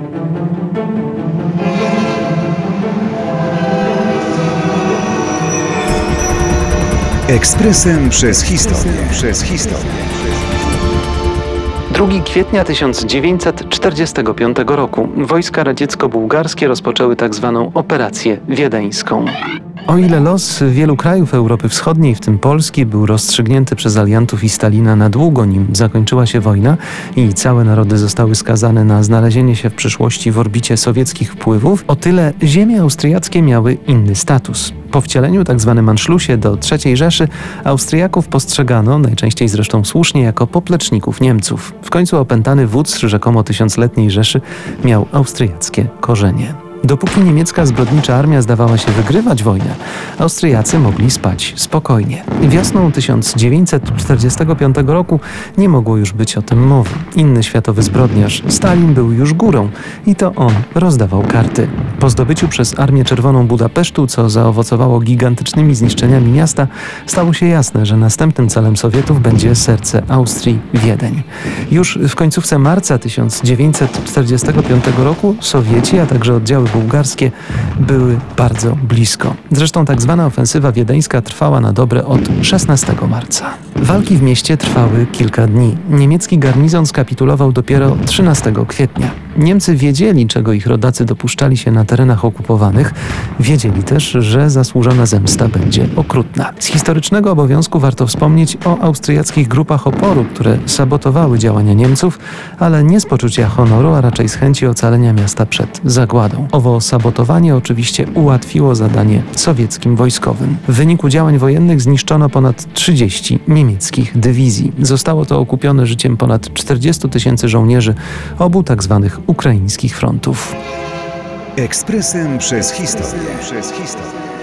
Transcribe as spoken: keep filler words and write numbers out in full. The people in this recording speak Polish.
Ekspresem przez historię. Przez historię. drugiego kwietnia tysiąc dziewięćset czterdziestego piątego roku wojska radziecko-bułgarskie rozpoczęły tzw. operację wiedeńską. O ile los wielu krajów Europy Wschodniej, w tym Polski, był rozstrzygnięty przez aliantów i Stalina na długo, nim zakończyła się wojna i całe narody zostały skazane na znalezienie się w przyszłości w orbicie sowieckich wpływów, o tyle ziemie austriackie miały inny status. Po wcieleniu tzw. Anschlussie do trzeciej Rzeszy Austriaków postrzegano, najczęściej zresztą słusznie, jako popleczników Niemców. W końcu opętany wódz rzekomo tysiącletniej Rzeszy miał austriackie korzenie. Dopóki niemiecka zbrodnicza armia zdawała się wygrywać wojnę, Austriacy mogli spać spokojnie. Wiosną tysiąc dziewięćset czterdziestego piątego roku nie mogło już być o tym mowy. Inny światowy zbrodniarz, Stalin, był już górą i to on rozdawał karty. Po zdobyciu przez Armię Czerwoną Budapesztu, co zaowocowało gigantycznymi zniszczeniami miasta, stało się jasne, że następnym celem Sowietów będzie serce Austrii, Wiedeń. Już w końcówce marca tysiąc dziewięćset czterdziestego piątego roku Sowieci, a także oddziały bułgarskie były bardzo blisko. Zresztą tak zwana ofensywa wiedeńska trwała na dobre od szesnastego marca. Walki w mieście trwały kilka dni. Niemiecki garnizon skapitulował dopiero trzynastego kwietnia. Niemcy wiedzieli, czego ich rodacy dopuszczali się na terenach okupowanych. Wiedzieli też, że zasłużona zemsta będzie okrutna. Z historycznego obowiązku warto wspomnieć o austriackich grupach oporu, które sabotowały działania Niemców, ale nie z poczucia honoru, a raczej z chęci ocalenia miasta przed zagładą. Owo sabotowanie oczywiście ułatwiło zadanie sowieckim wojskowym. W wyniku działań wojennych zniszczono ponad trzydzieści niemieckich dywizji. Zostało to okupione życiem ponad czterdziestu tysięcy żołnierzy obu tzw. ukraińskich frontów. Ekspresem przez historię. Przez historię.